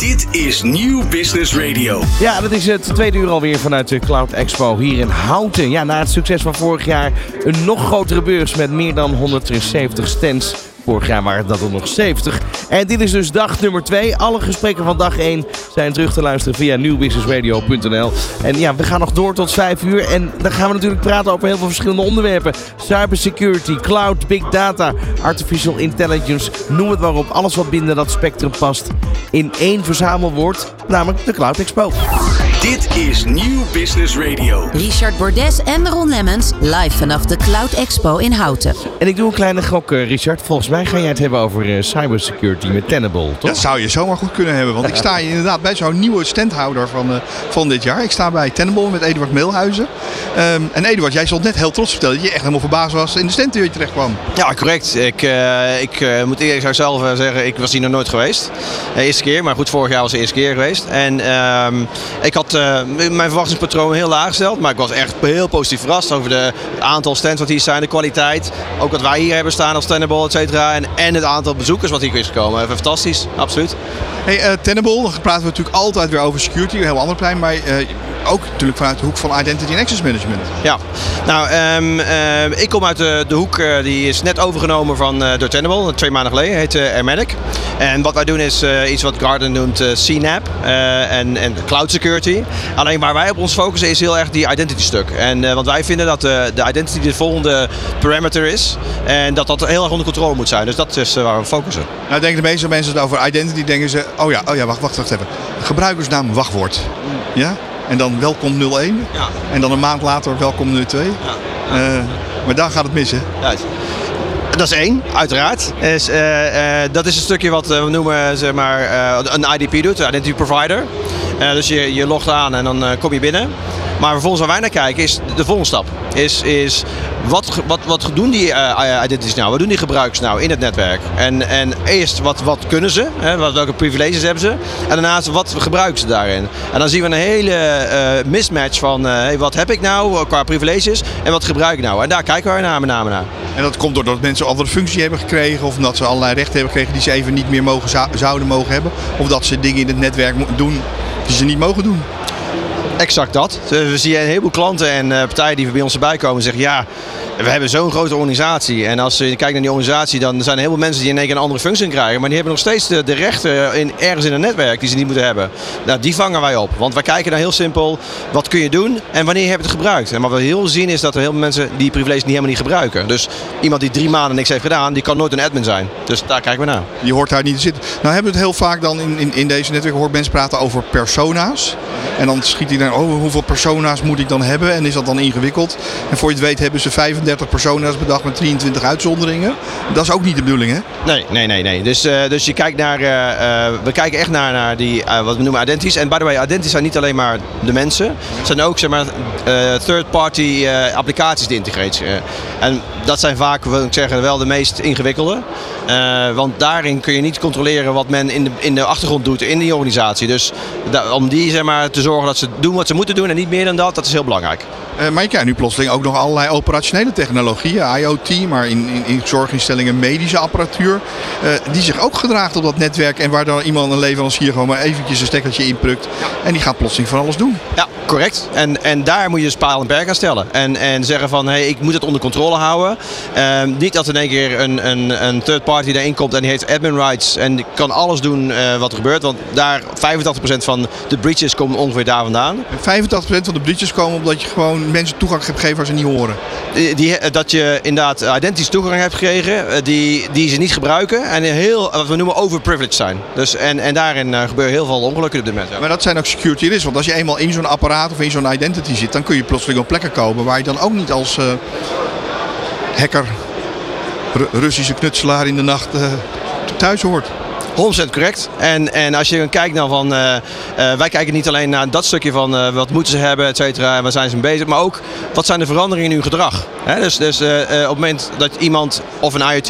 Dit is Nieuw Business Radio. Ja, dat is het tweede uur alweer vanuit de Cloud Expo hier in Houten. Ja, na het succes van vorig jaar een nog grotere beurs met meer dan 170 stands. Vorig jaar waren dat er nog 70. En dit is dus dag nummer 2. Alle gesprekken van dag 1 zijn terug te luisteren via nieuwbusinessradio.nl. En ja, we gaan nog door tot 5 uur. En dan gaan we natuurlijk praten over heel veel verschillende onderwerpen. Cybersecurity, cloud, big data, artificial intelligence. Noem het maar op. Alles wat binnen dat spectrum past in één verzamelwoord. Namelijk de Cloud Expo. Dit is Nieuw Business Radio. Richard Bordes en Ron Lemmens live vanaf de Cloud Expo in Houten. En ik doe een kleine gok, Richard. Volgens mij ga jij het hebben over cybersecurity met Tenable, toch? Dat zou je zomaar goed kunnen hebben. Want ik sta hier inderdaad bij zo'n nieuwe standhouder van dit jaar. Ik sta bij Tenable met Eduard Meelhuizen. En Eduard, jij stond net heel trots te vertellen dat je echt helemaal verbaasd was in de stand die je terecht kwam. Ja, correct. Ik moet eerlijk zelf zeggen, ik was hier nog nooit geweest. De eerste keer, maar goed, vorig jaar was de eerste keer geweest. En ik had mijn verwachtingspatroon heel laag gesteld. Maar ik was echt heel positief verrast over het aantal stands wat hier zijn, de kwaliteit. Ook wat wij hier hebben staan als Tenable, et cetera. En het aantal bezoekers wat hier is gekomen. Even fantastisch, absoluut. Hey, Tenable, dan praten we natuurlijk altijd weer over security, een heel ander plein. Maar ook natuurlijk vanuit de hoek van Identity and Access Management. Ja, nou, ik kom uit de hoek, die is net overgenomen door Tenable, 2 maanden geleden, heet Ermetic. En wat wij doen is iets wat Gartner noemt CNAPP en Cloud Security. Alleen waar wij op ons focussen is heel erg die identity stuk. Want wij vinden dat de identity de volgende parameter is en dat heel erg onder controle moet zijn. Dus dat is waar we focussen. Nou, denken de meeste mensen over identity, denken ze, oh ja, wacht even. Gebruikersnaam, wachtwoord. Ja? En dan welkom 01. Ja. En dan een maand later welkom 02. Ja. Maar daar gaat het mis, hè? Juist. Dat is 1, uiteraard. Dat is een stukje wat we noemen zeg maar, een IDP doet, een Identity Provider. Dus je logt aan en dan kom je binnen. Maar vervolgens waar wij naar kijken is de volgende stap. Is wat doen die identities nou? Wat doen die gebruikers nou in het netwerk? En eerst wat kunnen ze? Welke privileges hebben ze? En daarnaast wat gebruiken ze daarin? En dan zien we een hele mismatch van wat heb ik nou qua privileges en wat gebruik ik nou? En daar kijken we naar met name naar. En dat komt doordat mensen een andere functie hebben gekregen of omdat ze allerlei rechten hebben gekregen die ze even niet meer zouden mogen hebben. Of dat ze dingen in het netwerk doen die ze niet mogen doen. Exact dat. We zien een heleboel klanten en partijen die bij ons erbij komen en zeggen ja, we hebben zo'n grote organisatie. En als je kijkt naar die organisatie, dan zijn er heel veel mensen die in één keer een andere functie krijgen. Maar die hebben nog steeds de rechten ergens in een netwerk die ze niet moeten hebben. Nou, die vangen wij op. Want wij kijken naar heel simpel, wat kun je doen en wanneer heb je het gebruikt? En wat we heel zien is dat er heel veel mensen die privileges helemaal niet gebruiken. Dus iemand die 3 maanden niks heeft gedaan, die kan nooit een admin zijn. Dus daar kijken we naar. Je hoort daar niet te zitten. Nou hebben we het heel vaak dan in deze netwerken hoort mensen praten over persona's. En dan schiet hij naar, hoeveel persona's moet ik dan hebben? En is dat dan ingewikkeld? En voor je het weet hebben ze 35 persona's bedacht met 23 uitzonderingen. Dat is ook niet de bedoeling, hè? Nee. Dus je kijkt naar, we kijken echt naar die, wat we noemen identities. En by the way, identities zijn niet alleen maar de mensen. Het zijn ook zeg maar, third-party applicaties die integreren. En dat zijn vaak, wil ik zeggen, wel de meest ingewikkelde. Want daarin kun je niet controleren wat men in de achtergrond doet in die organisatie. Dus om die zeg maar, te zorgen dat ze doen wat ze moeten doen en niet meer dan dat is heel belangrijk. Maar je krijgt nu plotseling ook nog allerlei operationele technologieën, IoT, maar in zorginstellingen medische apparatuur, die zich ook gedraagt op dat netwerk en waar dan iemand een leverancier gewoon maar eventjes een stekkertje inprukt en die gaat plotseling van alles doen. Ja, correct. En daar moet je dus paal en perk aan stellen. En zeggen van, ik moet het onder controle houden. Niet dat in één keer een third party daarin komt en die heeft admin rights en die kan alles doen wat er gebeurt. Want daar 85% van de breaches komen ongeveer daar vandaan. 85% van de breaches komen omdat je gewoon mensen toegang hebt gegeven waar ze niet horen. Dat je inderdaad identities toegang hebt gekregen die ze niet gebruiken en heel, wat we noemen overprivileged zijn. Dus, en daarin gebeuren heel veel ongelukken op dit moment. Ja. Maar dat zijn ook security risks, want als je eenmaal in zo'n apparaat of in zo'n identity zit, dan kun je plotseling op plekken komen waar je dan ook niet als hacker, Russische knutselaar in de nacht thuis hoort. 100% correct. En als je kijkt naar van, wij kijken niet alleen naar dat stukje van wat moeten ze hebben, et cetera, en waar zijn ze mee bezig, maar ook wat zijn de veranderingen in hun gedrag. Dus op het moment dat iemand of een IoT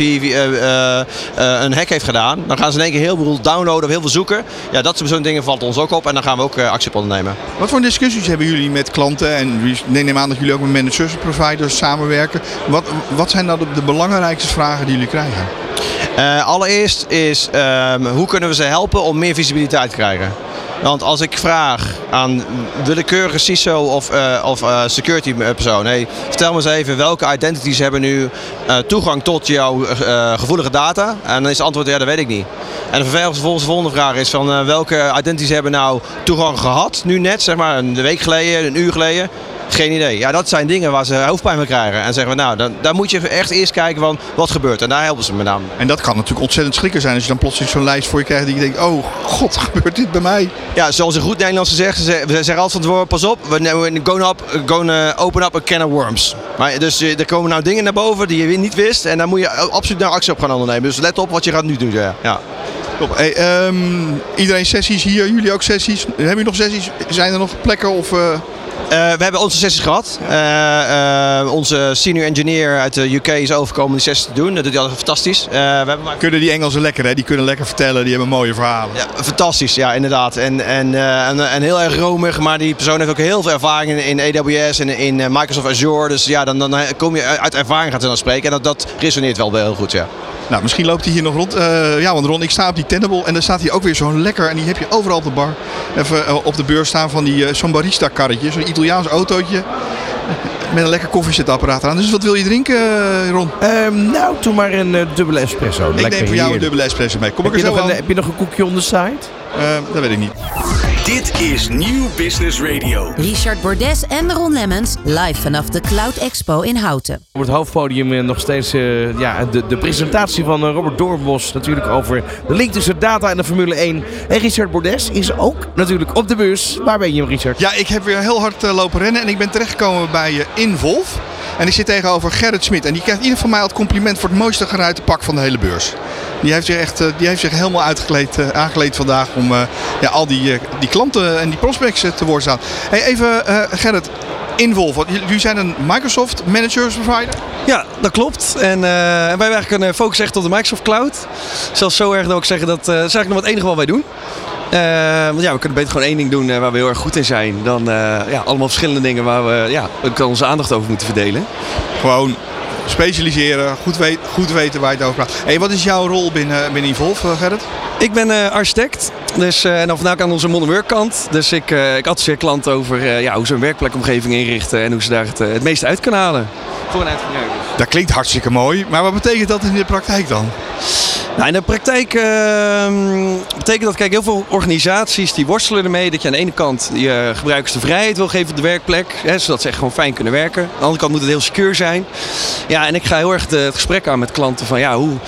een hack heeft gedaan, dan gaan ze in één keer heel veel downloaden of heel veel zoeken. Ja, dat soort dingen valt ons ook op en dan gaan we ook actie op ondernemen. Wat voor discussies hebben jullie met klanten en neem aan dat jullie ook met managed service providers samenwerken. Wat zijn nou de belangrijkste vragen die jullie krijgen? Allereerst is hoe kunnen we ze helpen om meer visibiliteit te krijgen. Want als ik vraag aan willekeurige CISO of security persoon, hey, vertel me eens even welke identities hebben nu toegang tot jouw gevoelige data. En dan is het antwoord, ja, dat weet ik niet. En vervolgens de volgende vraag is van welke identities hebben nou toegang gehad, nu net, zeg maar een week geleden, een uur geleden. Geen idee. Ja, dat zijn dingen waar ze hoofdpijn van krijgen. En zeggen we, nou, daar moet je echt eerst kijken van wat gebeurt. En daar helpen ze met name. En dat kan natuurlijk ontzettend schrikken zijn als je dan plotseling zo'n lijst voor je krijgt die je denkt, oh god, gebeurt dit bij mij? Ja, zoals in goed Nederlands zegt, ze zeggen altijd van tevoren, pas op, we gonna open up a can of worms. Maar dus er komen nou dingen naar boven die je niet wist en daar moet je absoluut nou actie op gaan ondernemen. Dus let op wat je gaat nu doen. Ja. Top. Hey, iedereen sessies hier, jullie ook sessies. Hebben jullie nog sessies? Zijn er nog plekken of... We hebben onze sessies gehad. Onze senior engineer uit de UK is overgekomen om die sessies te doen. Dat doet hij altijd fantastisch. Kunnen die Engelsen lekker, hè? Die kunnen lekker vertellen, die hebben mooie verhalen. Ja, fantastisch, ja, inderdaad. En heel erg romig, maar die persoon heeft ook heel veel ervaring in AWS en in Microsoft Azure. Dus ja, dan kom je uit ervaring gaat hij dan spreken. En dat resoneert wel heel goed, ja. Nou, misschien loopt hij hier nog rond. Ja, want Ron, ik sta op die Tenable en er staat hier ook weer zo'n lekker, en die heb je overal op de bar, even op de beurs staan van zo'n barista-karretje, zo'n Italiaans autootje met een lekker koffiezetapparaat aan. Dus wat wil je drinken, Ron? Nou, doe maar een dubbele espresso. Ik neem voor jou een dubbele espresso mee. Kom ik er zo aan. Heb je nog een koekje on the side? Dat weet ik niet. Dit is Nieuw Business Radio. Richard Bordes en Ron Lemmens live vanaf de Cloud Expo in Houten. Op het hoofdpodium nog steeds de presentatie van Robert Doornbos natuurlijk over de link tussen data en de Formule 1. En Richard Bordes is ook natuurlijk op de beurs. Waar ben je, Richard? Ja, ik heb weer heel hard lopen rennen en ik ben terechtgekomen bij Involve. En ik zit tegenover Gerrit Smit. En die krijgt in ieder geval mij het compliment voor het mooiste geruite pak van de hele beurs. Die heeft zich helemaal aangekleed vandaag om al die klanten en die prospects te woord staan. Hey, even Gerrit, Involve. Jullie zijn een Microsoft Managed Provider? Ja, dat klopt. En wij hebben eigenlijk een focus echt op de Microsoft Cloud. Zelfs zo erg dat ik zeggen dat is eigenlijk nog het enige wat wij doen. Want ja, we kunnen beter gewoon één ding doen waar we heel erg goed in zijn. Dan allemaal verschillende dingen waar we onze aandacht over moeten verdelen. Gewoon specialiseren, goed weten waar je het over praat. Hey, wat is jouw rol binnen Involve, Gerrit? Ik ben architect. Dus, en dan voornamelijk aan onze modern work kant. Dus ik adviseer klanten over hoe ze een werkplekomgeving inrichten en hoe ze daar het meeste uit kunnen halen. Voor een uitvoering. Dat klinkt hartstikke mooi, maar wat betekent dat in de praktijk dan? Nou, in de praktijk betekent dat, heel veel organisaties die worstelen ermee dat je aan de ene kant je gebruikers de vrijheid wil geven op de werkplek, zodat ze echt gewoon fijn kunnen werken. Aan de andere kant moet het heel secure zijn. Ja, en ik ga heel erg het gesprek aan met klanten van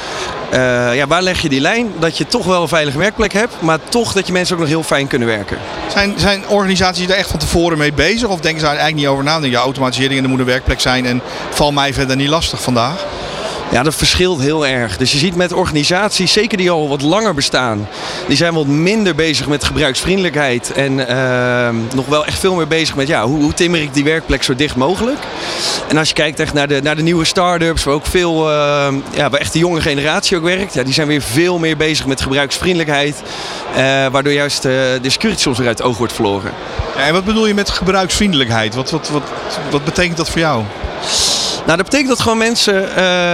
waar leg je die lijn dat je toch wel een veilige werkplek hebt, maar toch dat je mensen ook nog heel fijn kunnen werken. Zijn organisaties daar echt van tevoren mee bezig of denken ze daar eigenlijk niet over na? Dan denken automatisering en er moet een werkplek zijn en val mij verder niet lastig vandaag? Ja, dat verschilt heel erg. Dus je ziet met organisaties, zeker die al wat langer bestaan, die zijn wat minder bezig met gebruiksvriendelijkheid en nog wel echt veel meer bezig met hoe timmer ik die werkplek zo dicht mogelijk. En als je kijkt echt naar de nieuwe start-ups, waar ook veel, waar echt de jonge generatie ook werkt, die zijn weer veel meer bezig met gebruiksvriendelijkheid, waardoor juist de security soms weer uit het oog wordt verloren. Ja, en wat bedoel je met gebruiksvriendelijkheid? Wat betekent dat voor jou? Nou, dat betekent dat gewoon mensen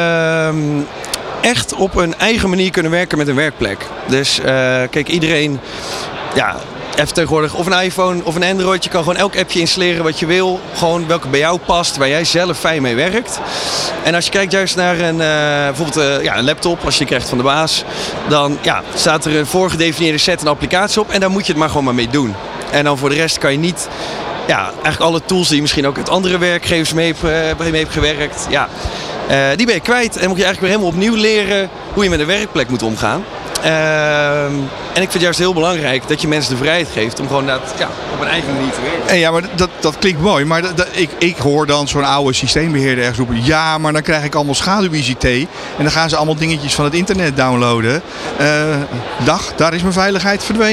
echt op een eigen manier kunnen werken met een werkplek. Dus kijk, iedereen heeft tegenwoordig of een iPhone of een Android. Je kan gewoon elk appje installeren wat je wil. Gewoon welke bij jou past, waar jij zelf fijn mee werkt. En als je kijkt juist naar bijvoorbeeld een laptop, als je die krijgt van de baas, dan staat er een voorgedefinieerde set en applicatie op en daar moet je het maar gewoon maar mee doen. En dan voor de rest kan je niet... eigenlijk alle tools die je misschien ook uit andere werkgevers mee hebt gewerkt, die ben je kwijt. En moet je eigenlijk weer helemaal opnieuw leren hoe je met een werkplek moet omgaan. En ik vind het juist heel belangrijk dat je mensen de vrijheid geeft om gewoon op een eigen manier te werken. Ja, maar dat klinkt mooi. Maar ik hoor dan zo'n oude systeembeheerder ergens roepen, ja, maar dan krijg ik allemaal schaduw-ICT. En dan gaan ze allemaal dingetjes van het internet downloaden. Daar is mijn veiligheid verdwenen.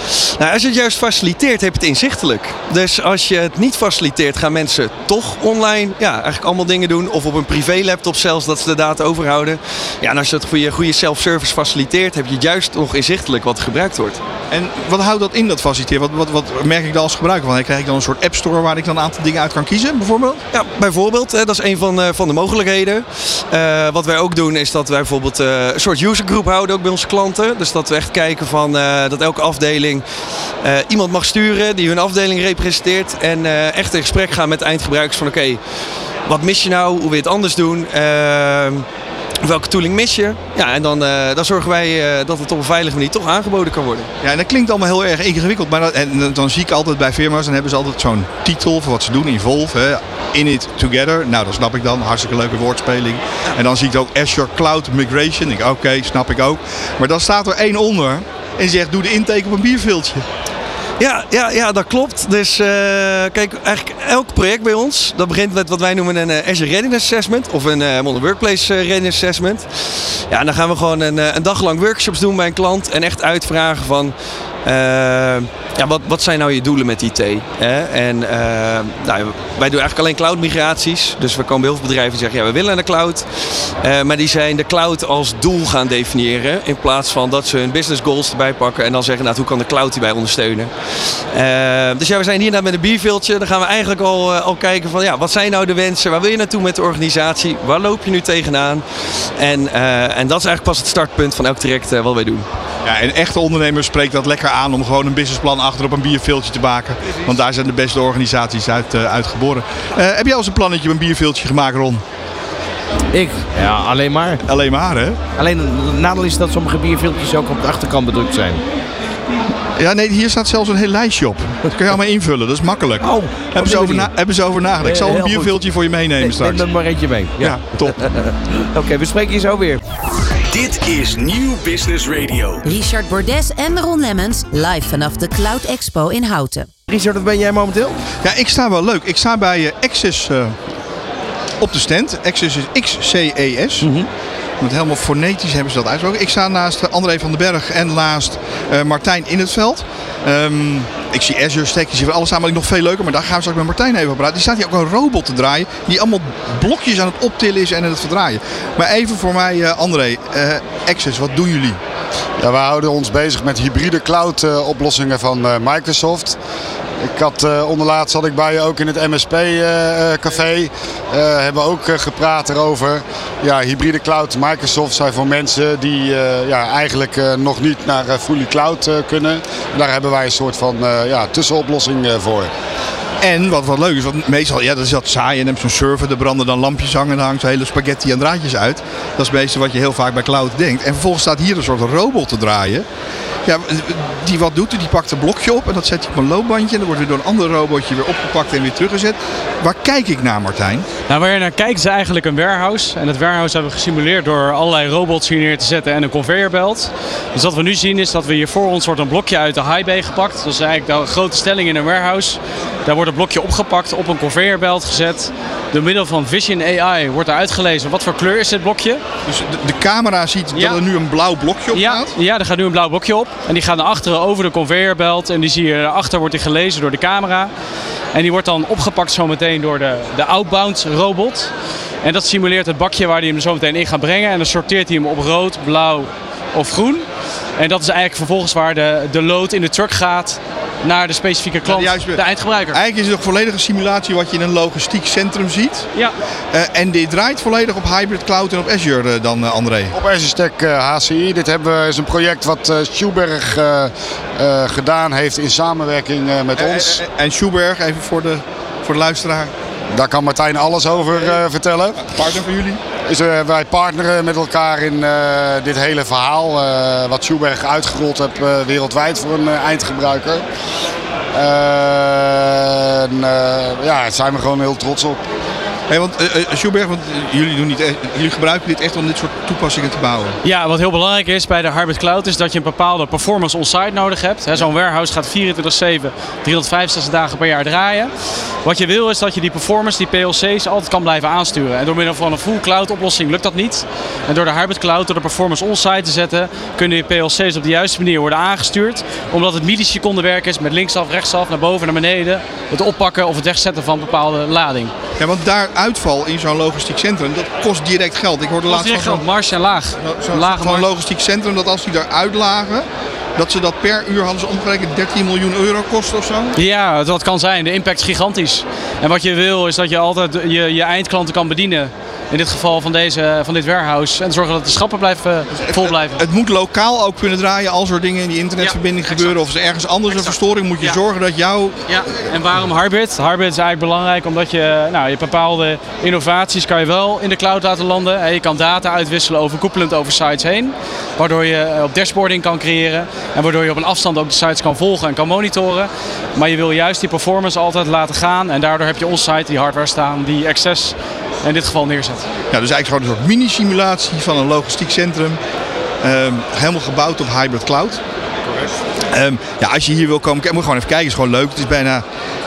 Nou, als je het juist faciliteert, heb je het inzichtelijk. Dus als je het niet faciliteert, gaan mensen toch online eigenlijk allemaal dingen doen. Of op een privé-laptop zelfs, dat ze de data overhouden. Ja, en als je het voor je goede self-service faciliteert, heb je het juist nog inzichtelijk wat gebruikt wordt. En wat houdt dat in, dat faciliteren? Wat merk ik dan als gebruiker van? Krijg ik dan een soort app store waar ik dan een aantal dingen uit kan kiezen, bijvoorbeeld? Ja, bijvoorbeeld. Dat is een van de mogelijkheden. Wat wij ook doen, is dat wij bijvoorbeeld een soort usergroep houden ook bij onze klanten. Dus dat we echt kijken van dat elke afdeling iemand mag sturen die hun afdeling representeert. En echt in gesprek gaan met de eindgebruikers van oké, wat mis je nou? Hoe wil je het anders doen? Welke tooling mis je? Ja, en dan zorgen wij dat het op een veilige manier toch aangeboden kan worden. Ja, en dat klinkt allemaal heel erg ingewikkeld. Maar dan zie ik altijd bij firma's, dan hebben ze altijd zo'n titel voor wat ze doen. Involve, hè, in it together. Nou, dat snap ik dan. Hartstikke leuke woordspeling. En dan zie ik ook Azure Cloud Migration. Ik oké, snap ik ook. Maar dan staat er één onder en die zegt, doe de intake op een bierviltje. Ja, dat klopt. Dus kijk, eigenlijk elk project bij ons, dat begint met wat wij noemen een Azure Readiness Assessment of een Modern Workplace Readiness Assessment. Ja, en dan gaan we gewoon een dag lang workshops doen bij een klant en echt uitvragen van wat zijn nou je doelen met IT? En wij doen eigenlijk alleen cloud migraties. Dus we komen bij heel veel bedrijven die zeggen, we willen naar de cloud. Maar die zijn de cloud als doel gaan definiëren. In plaats van dat ze hun business goals erbij pakken en dan zeggen, hoe kan de cloud hierbij ondersteunen? Dus we zijn hier met een bierviltje. Dan gaan we eigenlijk al kijken van, wat zijn nou de wensen? Waar wil je naartoe met de organisatie? Waar loop je nu tegenaan? En dat is eigenlijk pas het startpunt van elk traject wat wij doen. Ja, en echte ondernemers spreekt dat lekker aan om gewoon een businessplan achter op een bierviltje te maken. Want daar zijn de beste organisaties uit geboren. Heb jij al eens een plannetje op een bierviltje gemaakt, Ron? Ik? Ja, alleen maar. Alleen maar, hè? Alleen het nadeel is dat sommige bierviltjes ook op de achterkant bedrukt zijn. Ja, nee, hier staat zelfs een heel lijstje op. Dat kun je allemaal invullen, dat is makkelijk. Hebben ze over nagedacht. Ik zal een bierviltje voor je meenemen straks. Neem er maar eentje mee. Ja, top. Oké, we spreken je zo weer. Dit is Nieuw Business Radio. Richard Bordes en Ron Lemmens live vanaf de Cloud Expo in Houten. Richard, wat ben jij momenteel? Ja, ik sta wel leuk. Ik sta bij Access op de stand. Access is XCES. Want helemaal fonetisch hebben ze dat uitgesproken. Ik sta naast André van den Berg en naast Martijn in het veld. Ik zie Azure Stack, je ziet alles staan, maar nog veel leuker. Maar daar gaan we straks met Martijn even op praten. Die staat hier ook een robot te draaien. Die allemaal blokjes aan het optillen is en het verdraaien. Maar even voor mij, André. Access, wat doen jullie? Ja, we houden ons bezig met hybride cloud oplossingen van Microsoft. Onderlaatst zat ik bij je ook in het MSP-café. Hebben we ook gepraat erover. Ja, hybride cloud Microsoft zijn voor mensen die eigenlijk nog niet naar fully cloud kunnen. En daar hebben wij een soort van tussenoplossing voor. En wat leuk is, want meestal dat is dat saai. En dan heb je zo'n server, er branden dan lampjes hangen en dan hangt zo'n hele spaghetti aan draadjes uit. Dat is meestal wat je heel vaak bij cloud denkt. En vervolgens staat hier een soort robot te draaien. Ja, die wat doet, die pakt een blokje op en dat zet hij op een loopbandje. En dan wordt weer door een ander robotje weer opgepakt en weer teruggezet. Waar kijk ik naar, Martijn? Nou, waar je naar kijkt is eigenlijk een warehouse. En het warehouse hebben we gesimuleerd door allerlei robots hier neer te zetten en een conveyorbelt. Dus wat we nu zien is dat we hier voor ons wordt een blokje uit de high bay gepakt. Dat is eigenlijk de grote stelling in een warehouse. Daar wordt het blokje opgepakt, op een conveyorbelt gezet. Door middel van Vision AI wordt er uitgelezen wat voor kleur is dit blokje. Dus de camera ziet dat er nu een blauw blokje op gaat? Ja, er gaat nu een blauw blokje op. En die gaat naar achteren over de conveyorbelt. En die zie je daarachter wordt die gelezen door de camera. En die wordt dan opgepakt zometeen door de outbound robot. En dat simuleert het bakje waar hij hem zo meteen in gaat brengen. En dan sorteert hij hem op rood, blauw of groen. En dat is eigenlijk vervolgens waar de load in de truck gaat naar de specifieke klant, de eindgebruiker. Eigenlijk is het een volledige simulatie wat je in een logistiek centrum ziet. Ja. En dit draait volledig op hybrid cloud en op Azure dan, André? Op Azure Stack HCI. Dit is een project wat Schuberg gedaan heeft in samenwerking met ons. En Schuberg, even voor de luisteraar. Daar kan Martijn alles over vertellen. Partner van jullie? Wij partneren met elkaar in dit hele verhaal. Wat Schuberg uitgerold heeft wereldwijd voor een eindgebruiker. Daar zijn we gewoon heel trots op. Hey, want Schuberg, jullie gebruiken dit echt om dit soort toepassingen te bouwen. Ja, wat heel belangrijk is bij de Hybrid Cloud is dat je een bepaalde performance on-site nodig hebt. Zo'n warehouse gaat 24/7, 365 dagen per jaar draaien. Wat je wil is dat je die performance, die PLC's, altijd kan blijven aansturen. En door middel van een full cloud oplossing lukt dat niet. En door de Hybrid Cloud, door de performance on-site te zetten, kunnen je PLC's op de juiste manier worden aangestuurd. Omdat het millisecondenwerk is met linksaf, rechtsaf, naar boven, naar beneden. Het oppakken of het wegzetten van bepaalde lading. Ja, want daar uitval in zo'n logistiek centrum, dat kost direct geld. Ik hoorde laatst van marge en laag. Zo'n logistiek centrum, dat als die daaruit lagen, dat ze dat per uur hadden ze omgerekend 13 miljoen euro kost of zo? Ja, dat kan zijn. De impact is gigantisch. En wat je wil is dat je altijd je eindklanten kan bedienen. In dit geval van dit warehouse. En zorgen dat de schappen vol blijven. Het moet lokaal ook kunnen draaien als er dingen in die internetverbinding gebeuren. Of is er ergens anders een verstoring, moet je zorgen dat jouw... Ja, en waarom Hybrid? Hybrid is eigenlijk belangrijk omdat je bepaalde innovaties kan je wel in de cloud laten landen. Je kan data uitwisselen overkoepelend over sites heen. Waardoor je op dashboarding kan creëren. En waardoor je op een afstand ook de sites kan volgen en kan monitoren. Maar je wil juist die performance altijd laten gaan. En daardoor heb je on-site die hardware staan die Access in dit geval neerzet. Ja, dus eigenlijk gewoon een soort mini-simulatie van een logistiek centrum. Helemaal gebouwd op Hybrid Cloud. Correct. Als je hier wil komen, moet je gewoon even kijken. Het is gewoon leuk. Het is bijna,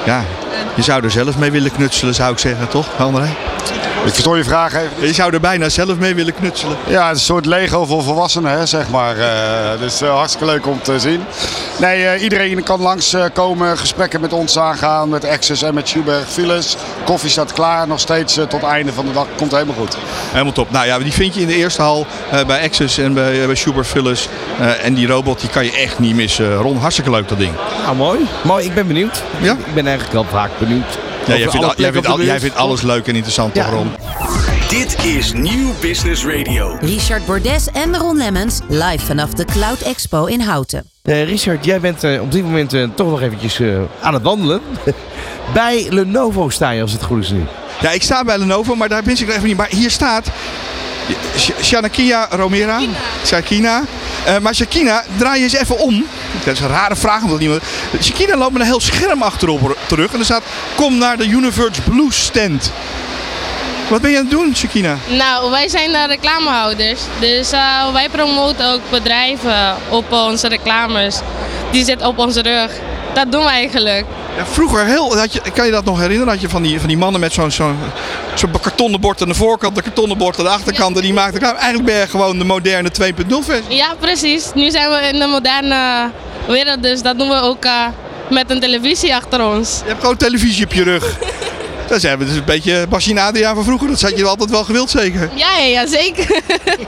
je zou er zelf mee willen knutselen, zou ik zeggen, toch, André? Ik verstoor je vraag even. Je zou er bijna zelf mee willen knutselen. Ja, het is een soort Lego voor volwassenen, hè, zeg maar. Dus hartstikke leuk om te zien. Nee, iedereen kan langskomen, gesprekken met ons aangaan, met Access en met Schubert Files. Koffie staat klaar, nog steeds tot het einde van de dag. Komt helemaal goed. Helemaal top. Nou ja, die vind je in de eerste hal bij Access en bij Schubert Files. En die robot, die kan je echt niet missen. Ron, hartstikke leuk dat ding. Nou, mooi. Ik ben benieuwd. Ja? Ik ben eigenlijk wel vaak benieuwd. Ja, jij vindt alles leuk en interessant, toch, Ron? Dit is Nieuw Business Radio. Richard Bordes en Ron Lemmens live vanaf de Cloud Expo in Houten. Richard, jij bent op dit moment toch nog eventjes aan het wandelen. Bij Lenovo sta je, als het goed is nu. Ja, ik sta bij Lenovo, maar daar ben ik nog even niet. Maar hier staat Shanakia Romera. Shakina. Maar Shakina, draai je eens even om. Dat is een rare vraag, omdat niemand... Shakina loopt met een heel scherm achterop terug. En er staat, kom naar de Universe Blues stand. Wat ben je aan het doen, Shakina? Nou, wij zijn reclamehouders. Dus wij promoten ook bedrijven op onze reclames. Die zitten op onze rug. Dat doen we eigenlijk. Ja, vroeger, kan je dat nog herinneren? Had je van die mannen met zo'n kartonnen bord aan de voorkant, een kartonnen bord aan de achterkant. En die maakten reclame. Eigenlijk ben je gewoon de moderne 2.0 versie. Ja, precies. Nu zijn we in de moderne wereld. Dus dat doen we ook met een televisie achter ons. Je hebt gewoon televisie op je rug. Dat is een beetje Basje en Adriaan van vroeger. Dat had je altijd wel gewild, zeker? Ja, zeker.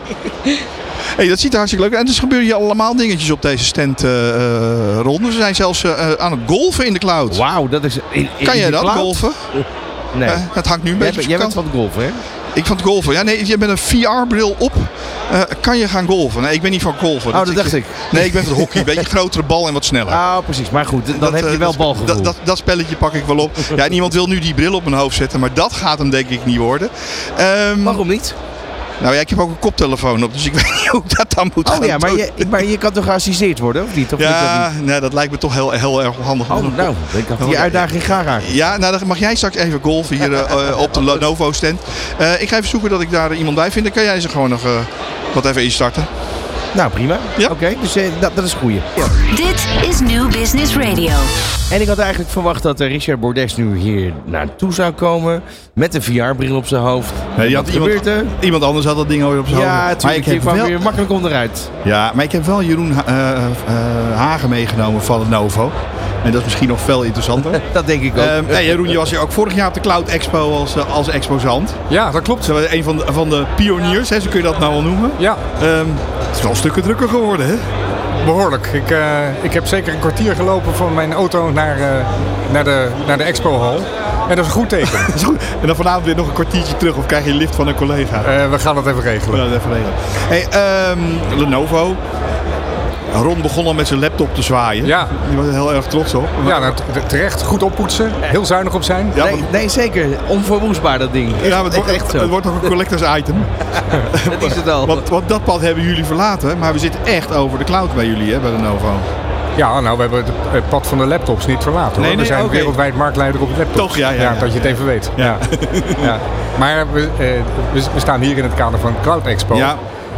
Hey, dat ziet er hartstikke leuk uit. En dus gebeuren hier allemaal dingetjes op deze stand ronde. Ze zijn zelfs aan het golfen in de cloud. Wauw, dat is... Kan jij dat, golfen? Nee. Het hangt nu een beetje op je Jij kant. bent van het golfen, hè? Ik van het golfen. Ja, nee, je bent een VR-bril op. Kan je gaan golfen? Nee, ik ben niet van golfen. Dat dacht ik. Nee, ik ben van het hockey. Een beetje grotere bal en wat sneller. Precies. Maar goed, dan heb je wel balgevoel. Dat spelletje pak ik wel op. Ja, niemand wil nu die bril op mijn hoofd zetten. Maar dat gaat hem denk ik niet worden. Waarom niet? Nou ja, ik heb ook een koptelefoon op, dus ik weet niet hoe ik dat dan moet gaan doen. Maar je kan toch geassisteerd worden, of niet? Of ja, nee, dat lijkt me toch heel erg handig. Nou, ik had die uitdaging graag aan. Ja, nou dan mag jij straks even golfen hier op de Lenovo stand. Ik ga even zoeken dat ik daar iemand bij vind. Dan kan jij ze gewoon nog wat even instarten. Nou, prima. Ja. Oké, dus dat is een goeie. Ja. Dit is Nieuw Business Radio. En ik had eigenlijk verwacht dat Richard Bordes nu hier naartoe zou komen. Met een VR-bril op zijn hoofd. Nee, iemand anders had dat ding alweer op zijn hoofd. Ja, natuurlijk. Je kwam weer makkelijk onderuit. Ja, maar ik heb wel Jeroen Hagen meegenomen van Lenovo. En dat is misschien nog veel interessanter. Dat denk ik ook. Jeroen, je was hier ook vorig jaar op de Cloud Expo als exposant. Ja, dat klopt. Ze waren een van de pioniers, hè, zo kun je dat nou wel noemen. Ja. Het is wel stukken drukker geworden, hè? Behoorlijk. Ik heb zeker een kwartier gelopen van mijn auto naar de expohal. En dat is een goed teken. Dat is goed. En dan vanavond weer nog een kwartiertje terug of krijg je een lift van een collega? We gaan dat even regelen. Ja, dat even regelen. Hey, Lenovo. Ron begon al met zijn laptop te zwaaien. Ja. Die was er heel erg trots op. Ja, nou, terecht. Goed oppoetsen. Heel zuinig op zijn. Ja, nee, zeker. Onverwoestbaar dat ding. Ja, het wordt nog een collectors item. Dat is het al. Want dat pad hebben jullie verlaten. Maar we zitten echt over de cloud bij jullie, hè, bij Lenovo. Ja, nou, we hebben het pad van de laptops niet verlaten. Hoor. We zijn wereldwijd marktleider op laptops. Toch, ja. Dat je het even weet. Ja. Ja. Maar we staan hier in het kader van Cloud Expo. Ja.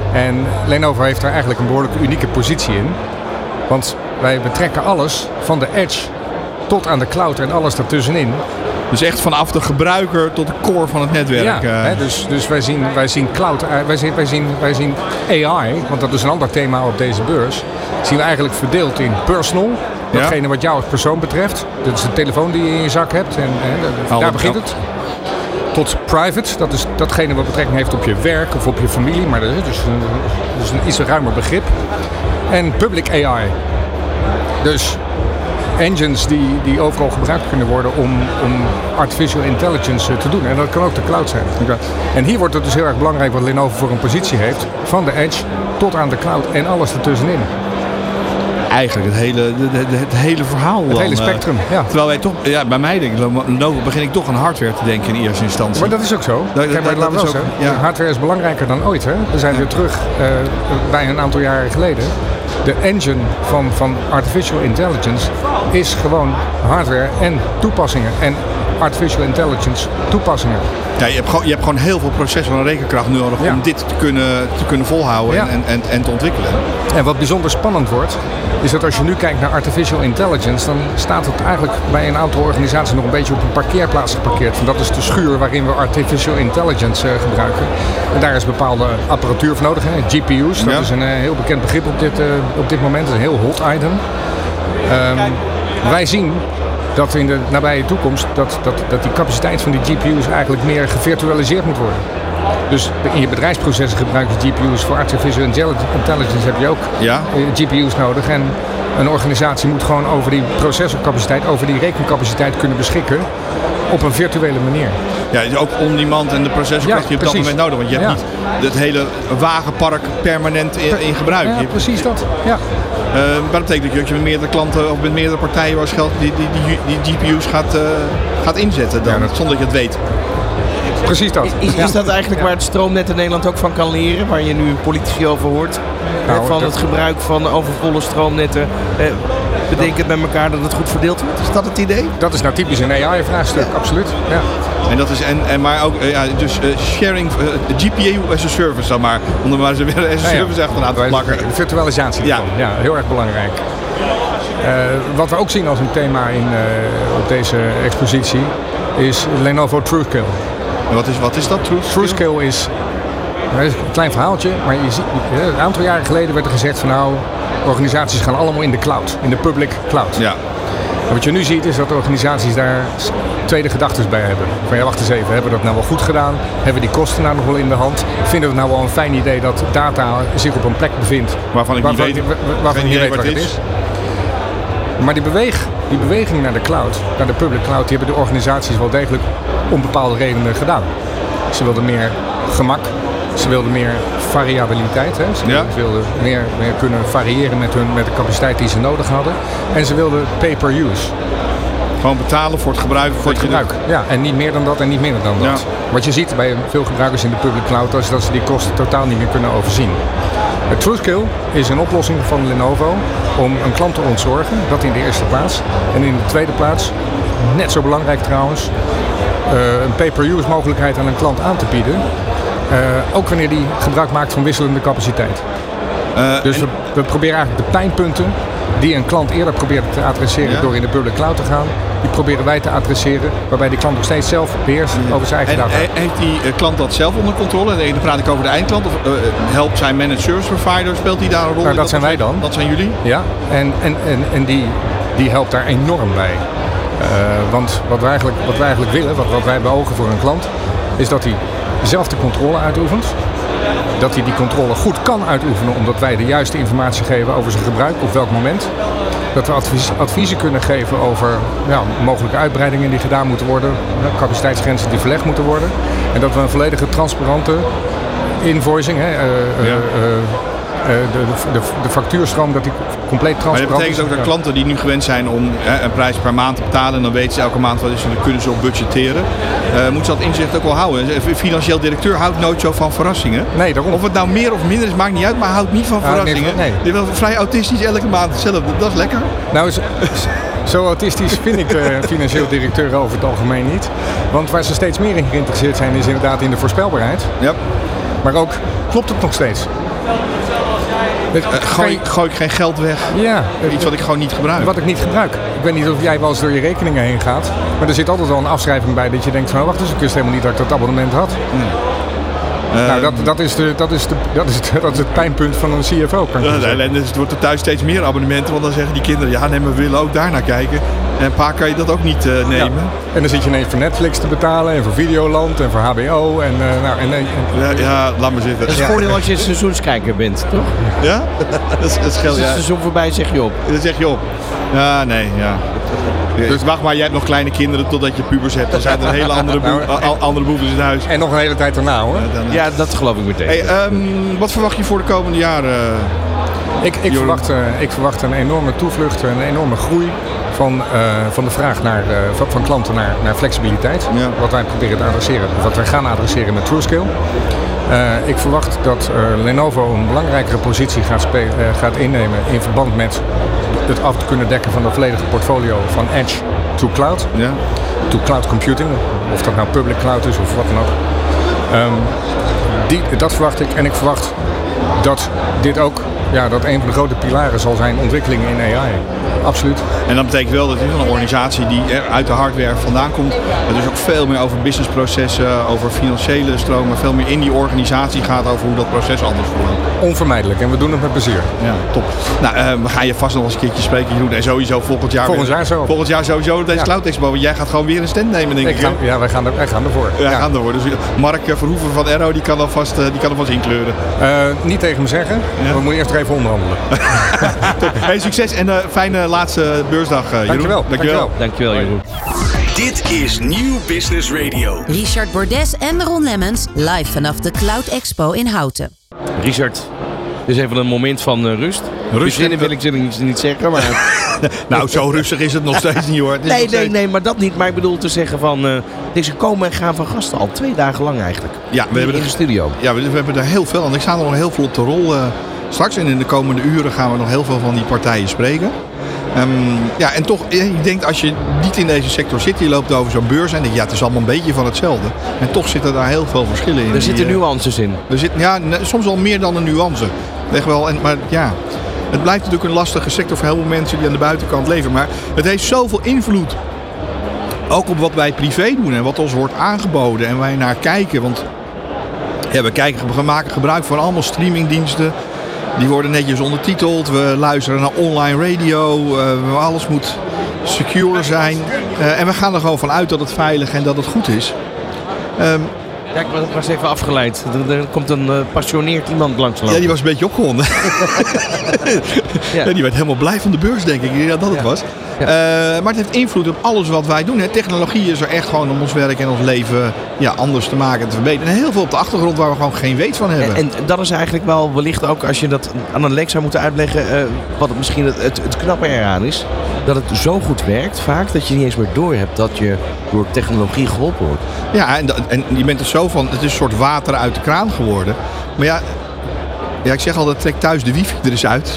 En Lenovo heeft daar eigenlijk een behoorlijk unieke positie in. Want wij betrekken alles van de edge tot aan de cloud en alles daartussenin. Dus echt vanaf de gebruiker tot de core van het netwerk. Ja, dus wij zien cloud, wij zien AI, want dat is een ander thema op deze beurs. Zien we eigenlijk verdeeld in personal, datgene wat jou als persoon betreft. Dat is de telefoon die je in je zak hebt en daar begint het. Tot private, dat is datgene wat betrekking heeft op je werk of op je familie, maar dat is een iets ruimer begrip. En public AI. Dus engines die overal gebruikt kunnen worden om artificial intelligence te doen. En dat kan ook de cloud zijn. Okay. En hier wordt het dus heel erg belangrijk wat Lenovo voor een positie heeft. Van de edge tot aan de cloud en alles ertussenin. Eigenlijk het hele verhaal. Het hele spectrum, ja. Terwijl wij toch, bij mij denk ik, Lenovo begin ik toch aan hardware te denken in eerste instantie. Maar dat is ook zo. Hardware is belangrijker dan ooit. Hè? We zijn weer terug bij een aantal jaren geleden. De engine van artificial intelligence is gewoon hardware en toepassingen. En artificial intelligence toepassingen. Ja, je hebt gewoon heel veel processor en rekenkracht nodig om dit te kunnen volhouden en te ontwikkelen. En wat bijzonder spannend wordt, is dat als je nu kijkt naar artificial intelligence, dan staat het eigenlijk bij een aantal organisaties nog een beetje op een parkeerplaats geparkeerd. Van dat is de schuur waarin we artificial intelligence gebruiken. En daar is bepaalde apparatuur voor nodig. Hè? GPU's, dat is een heel bekend begrip op dit moment. Dat is een heel hot item. Wij zien dat in de nabije toekomst dat die capaciteit van die GPU's eigenlijk meer gevirtualiseerd moet worden. Dus in je bedrijfsprocessen gebruik je GPU's. Voor artificial intelligence heb je ook GPU's nodig. En een organisatie moet gewoon over die processorcapaciteit, over die rekencapaciteit kunnen beschikken op een virtuele manier. Ja, ook on-demand en de processorkracht die je op dat moment nodig. Want je hebt niet het hele wagenpark permanent in gebruik. Ja, precies dat. Ja. Maar dat betekent dat je met meerdere klanten of met meerdere partijen waar geld die GPU's gaat inzetten dan, zonder dat je het weet. Precies dat. Is dat eigenlijk waar het stroomnet in Nederland ook van kan leren? Waar je nu politici over hoort? Van het gebruik van overvolle stroomnetten. Bedenken met elkaar dat het goed verdeeld wordt? Is dat het idee? Dat is nou typisch een AI-vraagstuk, absoluut. Ja. En dat is maar ook dus sharing GPU as a service dan maar. Om er maar eens weer as a service achteraan te plakken. Virtualisatie ervan. Ja, heel erg belangrijk. Wat we ook zien als een thema op deze expositie is Lenovo TrueScale. Wat is dat? TrueScale is een klein verhaaltje, maar je ziet, een aantal jaren geleden werd er gezegd van organisaties gaan allemaal in de cloud, in de public cloud. Ja. En wat je nu ziet is dat organisaties daar tweede gedachten bij hebben. Van wacht eens even, hebben we dat nou wel goed gedaan? Hebben we die kosten nou nog wel in de hand? Vinden we het nou wel een fijn idee dat data zich op een plek bevindt waarvan ik niet weet wat het is? Maar die beweging naar de cloud, naar de public cloud, die hebben de organisaties wel degelijk om bepaalde redenen gedaan. Ze wilden meer gemak, ze wilden meer variabiliteit. Hè? Ze wilden meer kunnen variëren met de capaciteit die ze nodig hadden. En ze wilden pay-per-use. Gewoon betalen voor het gebruik. Ja, en niet meer dan dat en niet minder dan dat. Ja. Wat je ziet bij veel gebruikers in de public cloud is dat ze die kosten totaal niet meer kunnen overzien. TrueScale is een oplossing van Lenovo om een klant te ontzorgen. Dat in de eerste plaats. En in de tweede plaats, net zo belangrijk trouwens, een pay-per-use mogelijkheid aan een klant aan te bieden. Ook wanneer die gebruik maakt van wisselende capaciteit. Dus we proberen eigenlijk de pijnpunten die een klant eerder probeerde te adresseren door in de public cloud te gaan, die proberen wij te adresseren, waarbij die klant nog steeds zelf beheerst over zijn eigen data. Heeft die klant dat zelf onder controle? Dan praat ik over de eindklant. Of helpt zijn managed service provider? Speelt die daar een rol? Nou, dat zijn wij dan. Dat zijn jullie? Ja, en die helpt daar enorm bij. Want wat we eigenlijk willen, wat wij beogen voor een klant, is dat hij zelf de controle uitoefent. Dat hij die controle goed kan uitoefenen omdat wij de juiste informatie geven over zijn gebruik op welk moment. Dat we adviezen kunnen geven over mogelijke uitbreidingen die gedaan moeten worden, capaciteitsgrenzen die verlegd moeten worden. En dat we een volledige transparante invoicing, de factuurstroom, dat die compleet transparant is. Maar dat betekent ook dat klanten die nu gewend zijn om een prijs per maand te betalen en dan weten ze elke maand wat is en dan kunnen ze op budgetteren. Moeten ze dat inzicht ook wel houden. Een financieel directeur houdt nooit zo van verrassingen. Nee, daarom. Of het nou meer of minder is, maakt niet uit, maar houdt niet van verrassingen. Nee. Die wil vrij autistisch elke maand hetzelfde. Dat is lekker. Nou, zo autistisch vind ik de financieel directeur over het algemeen niet. Want waar ze steeds meer in geïnteresseerd zijn is inderdaad in de voorspelbaarheid. Ja. Maar ook, klopt het nog steeds? Gooi ik geen geld weg. Ja. Iets wat ik gewoon niet gebruik. Wat ik niet gebruik. Ik weet niet of jij wel eens door je rekeningen heen gaat. Maar er zit altijd wel een afschrijving bij dat je denkt van... wacht eens, ik wist helemaal niet dat ik dat abonnement had. Nee. Dat is het pijnpunt van een CFO. Het wordt er thuis steeds meer abonnementen. Want dan zeggen die kinderen, ja nee, we willen ook daar naar kijken. En pa, kan je dat ook niet nemen? Ja. En dan zit je ineens voor Netflix te betalen. En voor Videoland. En voor HBO. Ja, laat maar zitten. Dat is het voordeel als je seizoenskijker bent, toch? Ja? Dat scheelt, als het seizoen voorbij zeg je op. Dat zeg je op. Ja, nee, ja. Dus wacht maar, jij hebt nog kleine kinderen totdat je pubers hebt. Dan zijn er hele andere boeven in huis. En nog een hele tijd daarna hoor. Ja, dat geloof ik meteen. Hey, wat verwacht je voor de komende jaren? Ik verwacht een enorme toevlucht, een enorme groei van de vraag van klanten naar flexibiliteit. Ja. Wat wij proberen te adresseren, wat wij gaan adresseren met TrueScale. Ik verwacht dat Lenovo een belangrijkere positie gaat innemen in verband met het af te kunnen dekken van de volledige portfolio van Edge to Cloud. Ja. To Cloud Computing, of dat nou public cloud is of wat dan ook. Dat verwacht ik. En ik verwacht dat dit ook dat een van de grote pilaren zal zijn ontwikkelingen in AI. Absoluut. En dat betekent wel dat het een organisatie die uit de hardware vandaan komt. Het dus ook veel meer over businessprocessen, over financiële stromen, veel meer in die organisatie gaat over hoe dat proces anders verloopt. Onvermijdelijk en we doen het met plezier. Ja, top. Nou, we gaan je vast nog eens een keertje spreken, Jeroen. En sowieso volgend jaar sowieso deze Cloud Expo. Want jij gaat gewoon weer een stand nemen, denk ik. Ja, wij gaan ervoor. Wij gaan ervoor. Dus Mark Verhoeven van Aero, die kan alvast inkleuren. Niet tegen me zeggen. Ja? We moeten eerst even onderhandelen. Hey, succes en fijne laatste beursdag, Jeroen. Dankjewel, Jeroen. Dit is Nieuw Business Radio. Richard Bordes en Ron Lemmens live vanaf de Cloud Expo in Houten. Richard, dit is even een moment van rust. Beginnen wil ik niet zeggen, maar... Nou, zo rustig is het nog steeds niet hoor. Nee, maar dat niet. Maar ik bedoel te zeggen van... deze komen en gaan van gasten al 2 dagen lang eigenlijk. Ja, we hebben in de studio. Ja, we hebben er heel veel. En ik sta er nog heel veel op de rol straks. En in de komende uren gaan we nog heel veel van die partijen spreken. En toch, je denkt als je niet in deze sector zit, je loopt over zo'n beurs en denk je, het is allemaal een beetje van hetzelfde. En toch zitten daar heel veel verschillen in. Er zitten nuances in. Soms wel meer dan een nuance. Echt wel, maar ja, het blijft natuurlijk een lastige sector voor heel veel mensen die aan de buitenkant leven. Maar het heeft zoveel invloed. Ook op wat wij privé doen en wat ons wordt aangeboden en wij naar kijken. Want we maken gebruik van allemaal streamingdiensten. Die worden netjes ondertiteld. We luisteren naar online radio. Alles moet secure zijn. En we gaan er gewoon van uit dat het veilig en dat het goed is. Ja, ik was even afgeleid. Er komt een passioneerd iemand langs. Ja, die was een beetje opgewonden. Ja. Die werd helemaal blij van de beurs, denk ik. Dat het was. Ja. Maar het heeft invloed op alles wat wij doen. Technologie is er echt gewoon om ons werk en ons leven anders te maken en te verbeteren. En heel veel op de achtergrond waar we gewoon geen weet van hebben. En dat is eigenlijk wel wellicht ook als je dat aan een leek zou moeten uitleggen. Wat het misschien het knappe eraan is. Dat het zo goed werkt vaak dat je niet eens meer doorhebt dat je door technologie geholpen wordt. Ja, en je bent er zo van, het is een soort water uit de kraan geworden. Maar ja, ik zeg altijd, trek thuis de wifi er eens uit.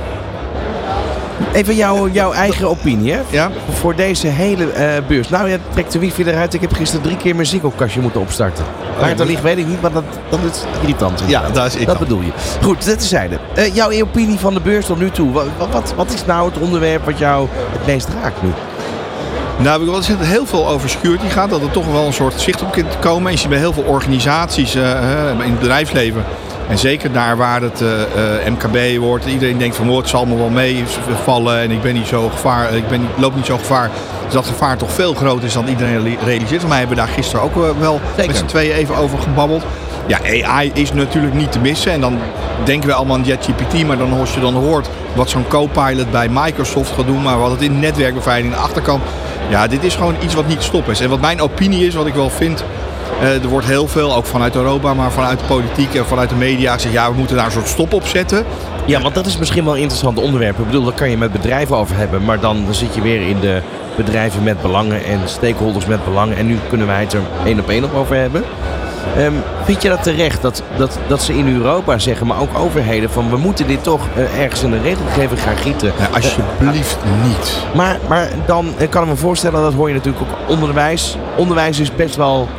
Even jouw eigen opinie, hè? Ja? Voor deze hele beurs. Nou, je trekt de wifi eruit. Ik heb gisteren 3 keer mijn Ziggo-kastje moeten opstarten. Waar het dan ligt, weet ik niet, maar dat is irritant. Ja, dat is irritant. Dat bedoel je. Goed, dat tezijde. Jouw opinie van de beurs tot nu toe. Wat is nou het onderwerp wat jou het meest raakt nu? Nou, er is heel veel over security gaat. Dat er toch wel een soort zicht op kan komen. En je ziet bij heel veel organisaties in het bedrijfsleven. En zeker daar waar het MKB wordt. Iedereen denkt van het zal me wel meevallen. En ik ben niet zo loop niet zo gevaar. Dus dat gevaar toch veel groter is dan iedereen realiseert. Maar wij hebben daar gisteren ook wel met z'n tweeën even over gebabbeld. Ja, AI is natuurlijk niet te missen. En dan denken we allemaal aan ChatGPT. Maar als je dan hoort wat zo'n Copilot bij Microsoft gaat doen. Maar wat het in netwerkbeveiliging aan de achterkant. Ja, dit is gewoon iets wat niet stop is. En wat mijn opinie is, wat ik wel vind. Er wordt heel veel, ook vanuit Europa, maar vanuit de politiek en vanuit de media gezegd, we moeten daar een soort stop op zetten. Ja, want dat is misschien wel een interessant onderwerp. Ik bedoel, daar kan je met bedrijven over hebben, maar dan zit je weer in de bedrijven met belangen en stakeholders met belangen. En nu kunnen wij het er 1 op 1 over hebben. Vind je dat terecht dat ze in Europa zeggen, maar ook overheden, van we moeten dit toch ergens in de regelgeving gaan gieten? Ja, alsjeblieft niet. Maar dan kan ik me voorstellen, dat hoor je natuurlijk ook onderwijs. Onderwijs is best wel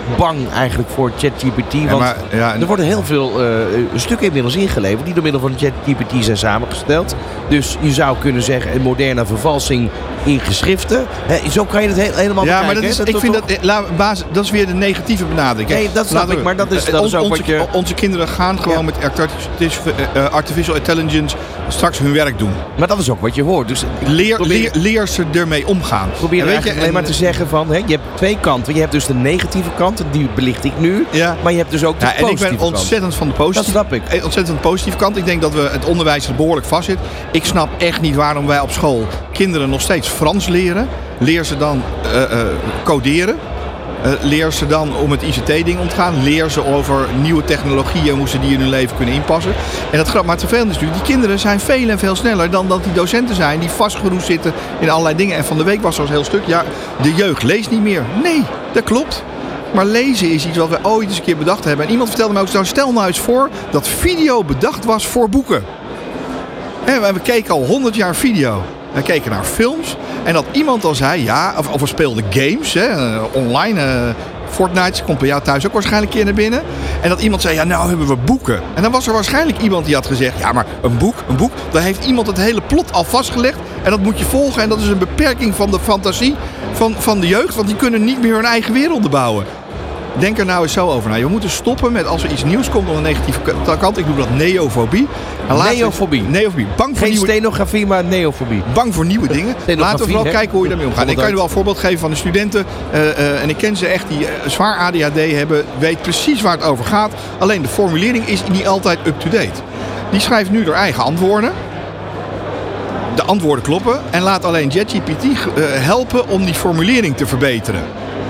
bang eigenlijk voor ChatGPT. Want er worden heel veel stukken inmiddels ingeleverd die door middel van ChatGPT zijn samengesteld. Dus je zou kunnen zeggen een moderne vervalsing in geschriften. Zo kan je het helemaal bekijken. Ja, maar ik vind dat is weer de negatieve benadering. Nee, dat snap ik, maar dat is ook wat je... Onze kinderen gaan gewoon met artificial intelligence straks hun werk doen. Maar dat is ook wat je hoort. Dus leer ze ermee omgaan. Probeer alleen maar te zeggen van, je hebt twee kanten. Je hebt dus de negatieve kant, die belicht ik nu. Ja. Maar je hebt dus ook de positieve kant. En ik ben ontzettend van de positieve kant. Dat snap ik. Ontzettend van de positieve kant. Ik denk dat het onderwijs er behoorlijk vast zit. Ik snap echt niet waarom wij op school kinderen nog steeds Frans leren. Leer ze dan coderen. Leer ze dan om het ICT-ding om te gaan. Leer ze over nieuwe technologieën, hoe ze die in hun leven kunnen inpassen. En maar het vervelende is natuurlijk, die kinderen zijn veel en veel sneller dan dat die docenten zijn die vastgeroest zitten in allerlei dingen. En van de week was er een heel stuk, de jeugd leest niet meer. Nee, dat klopt. Maar lezen is iets wat we ooit eens een keer bedacht hebben. En iemand vertelde me ook, stel nou eens voor dat video bedacht was voor boeken. We keken al 100 jaar video. We keken naar films. En dat iemand al zei, of we speelden games, online. Fortnite komt bij jou thuis ook waarschijnlijk een keer naar binnen. En dat iemand zei, nou hebben we boeken. En dan was er waarschijnlijk iemand die had gezegd, ja maar een boek. Daar heeft iemand het hele plot al vastgelegd. En dat moet je volgen. En dat is een beperking van de fantasie van de jeugd. Want die kunnen niet meer hun eigen werelden bouwen. Denk er nou eens zo over. We moeten stoppen met als er iets nieuws komt op een negatieve kant. Ik noem dat neofobie. Neofobie. Bang voor geen stenografie, maar neofobie. Bang voor nieuwe dingen. Laten we vooral kijken hoe je daarmee omgaat. Ik kan je wel een voorbeeld geven van de studenten. En ik ken ze echt die zwaar ADHD hebben. Weet precies waar het over gaat. Alleen de formulering is niet altijd up-to-date. Die schrijft nu haar eigen antwoorden. De antwoorden kloppen. En laat alleen ChatGPT helpen om die formulering te verbeteren.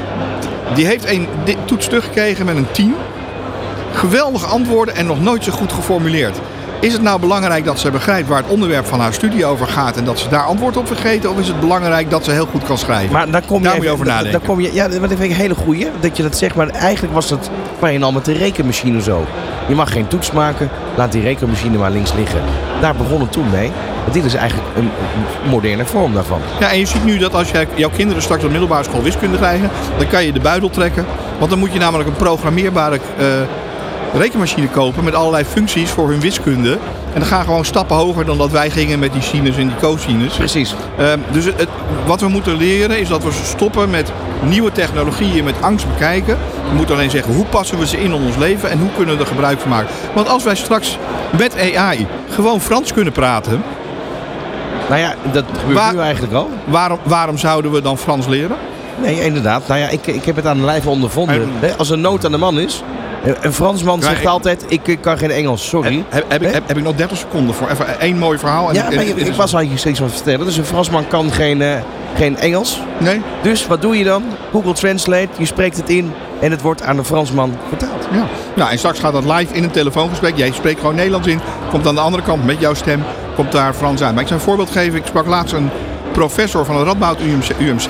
Die heeft een toets teruggekregen met een 10. Geweldige antwoorden en nog nooit zo goed geformuleerd. Is het nou belangrijk dat ze begrijpt waar het onderwerp van haar studie over gaat en dat ze daar antwoord op vergeten? Of is het belangrijk dat ze heel goed kan schrijven? Maar daar moet je over nadenken. Dat vind ik een hele goeie, dat je dat zegt. Maar eigenlijk was het bijna al met de rekenmachine zo. Je mag geen toets maken, laat die rekenmachine maar links liggen. Daar begon het toen mee. Want dit is eigenlijk een moderne vorm daarvan. Ja, en je ziet nu dat als jouw kinderen straks op middelbare school wiskunde krijgen, dan kan je de buidel trekken. Want dan moet je namelijk een programmeerbare rekenmachine kopen met allerlei functies voor hun wiskunde. En dan gaan gewoon stappen hoger dan dat wij gingen met die sinus en die cosinus. Precies. Dus wat we moeten leren is dat we stoppen met nieuwe technologieën met angst bekijken. We moeten alleen zeggen hoe passen we ze in ons leven en hoe kunnen we er gebruik van maken. Want als wij straks met AI gewoon Frans kunnen praten. Nou ja, dat gebeurt nu eigenlijk al. Waarom zouden we dan Frans leren? Nee, inderdaad. Nou ja, ik heb het aan de lijve ondervonden. Als er nood aan de man is. Een Fransman zegt altijd, ik kan geen Engels, sorry. Heb ik nog 30 seconden voor even één mooi verhaal? Ik was al steeds wat vertellen. Dus een Fransman kan geen Engels. Nee. Dus wat doe je dan? Google Translate, je spreekt het in en het wordt aan de Fransman vertaald. Ja, en straks gaat dat live in een telefoongesprek. Jij spreekt gewoon Nederlands in. Komt aan de andere kant met jouw stem, komt daar Frans aan. Maar ik zou een voorbeeld geven. Ik sprak laatst een professor van het Radboud UMC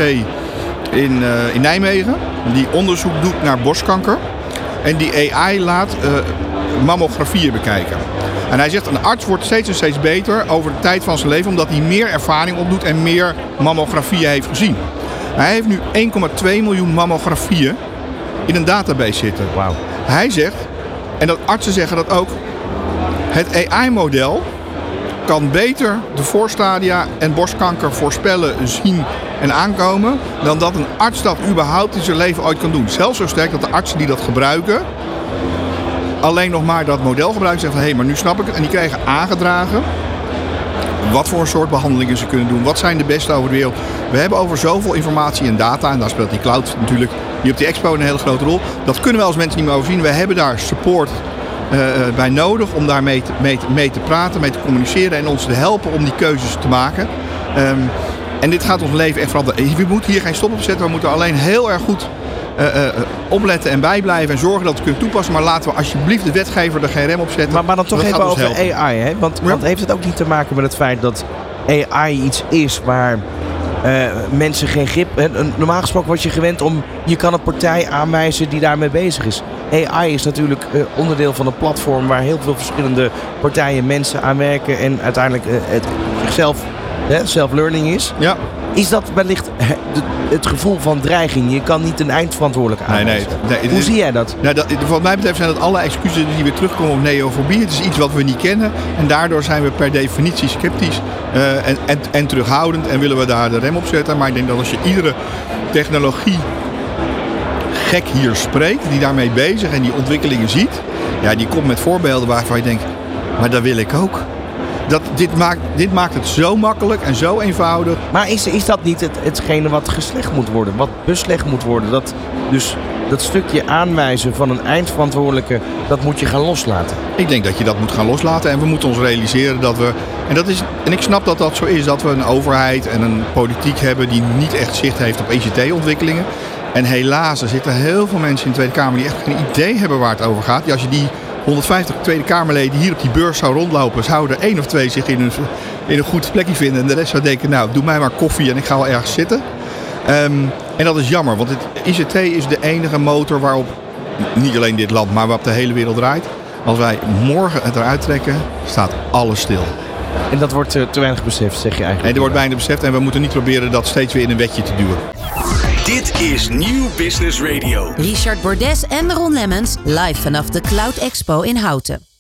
in Nijmegen. Die onderzoek doet naar borstkanker. En die AI laat mammografieën bekijken. En hij zegt, een arts wordt steeds beter over de tijd van zijn leven, omdat hij meer ervaring opdoet en meer mammografieën heeft gezien. Hij heeft nu 1,2 miljoen mammografieën in een database zitten. Wauw. Hij zegt, en dat artsen zeggen dat ook, het AI-model kan beter de voorstadia en borstkanker voorspellen, zien en aankomen, dan dat een arts dat überhaupt in zijn leven ooit kan doen. Zelfs zo sterk dat de artsen die dat gebruiken, alleen nog maar dat model gebruiken, zeggen van hé, maar nu snap ik het. En die krijgen aangedragen wat voor een soort behandelingen ze kunnen doen. Wat zijn de beste over de wereld. We hebben over zoveel informatie en data, en daar speelt die cloud natuurlijk hier op die expo een hele grote rol. Dat kunnen we als mensen niet meer overzien. We hebben daar support bij nodig om daar mee te praten, mee te communiceren en ons te helpen om die keuzes te maken. En dit gaat ons leven echt veranderen. We moeten hier geen stop op zetten. We moeten alleen heel erg goed opletten en bijblijven en zorgen dat we het kunnen toepassen. Maar laten we alsjeblieft de wetgever er geen rem op zetten. Maar dan toch even over AI. Hè? Want heeft het ook niet te maken met het feit dat AI iets is waar mensen geen grip... Normaal gesproken word je gewend om... Je kan een partij aanwijzen die daarmee bezig is. AI is natuurlijk onderdeel van een platform waar heel veel verschillende partijen, mensen aan werken en uiteindelijk het zichzelf self-learning is. Ja. Is dat wellicht het gevoel van dreiging. Je kan niet een eindverantwoordelijke aanwijzen. Nee. Hoe zie jij dat? Wat mij betreft zijn dat alle excuses die weer terugkomen op neofobie. Het is iets wat we niet kennen. En daardoor zijn we per definitie sceptisch en terughoudend. En willen we daar de rem op zetten. Maar ik denk dat als je iedere technologie gek hier spreekt, die daarmee bezig en die ontwikkelingen ziet. Ja, die komt met voorbeelden waarvan je denkt, maar dat wil ik ook. Dit maakt het zo makkelijk en zo eenvoudig. Maar is dat niet hetgene wat geslecht moet worden? Wat beslecht moet worden? Dat stukje aanwijzen van een eindverantwoordelijke, dat moet je gaan loslaten. Ik denk dat je dat moet gaan loslaten. En we moeten ons realiseren dat we... En ik snap dat dat zo is. Dat we een overheid en een politiek hebben die niet echt zicht heeft op ICT-ontwikkelingen. En helaas, er zitten heel veel mensen in de Tweede Kamer die echt geen idee hebben waar het over gaat. Ja, als je die 150 Tweede Kamerleden hier op die beurs zou rondlopen, zouden er 1 of 2 zich in een goed plekje vinden. En de rest zou denken, nou, doe mij maar koffie en ik ga wel ergens zitten. En dat is jammer, want het ICT is de enige motor waarop niet alleen dit land, maar waarop de hele wereld draait. Als wij morgen het eruit trekken, staat alles stil. En dat wordt te weinig beseft, zeg je eigenlijk? Nee, er wordt weinig beseft en we moeten niet proberen dat steeds weer in een wetje te duwen. Dit is Nieuw Business Radio. Richard Bordes en Ron Lemmens live vanaf de Cloud Expo in Houten.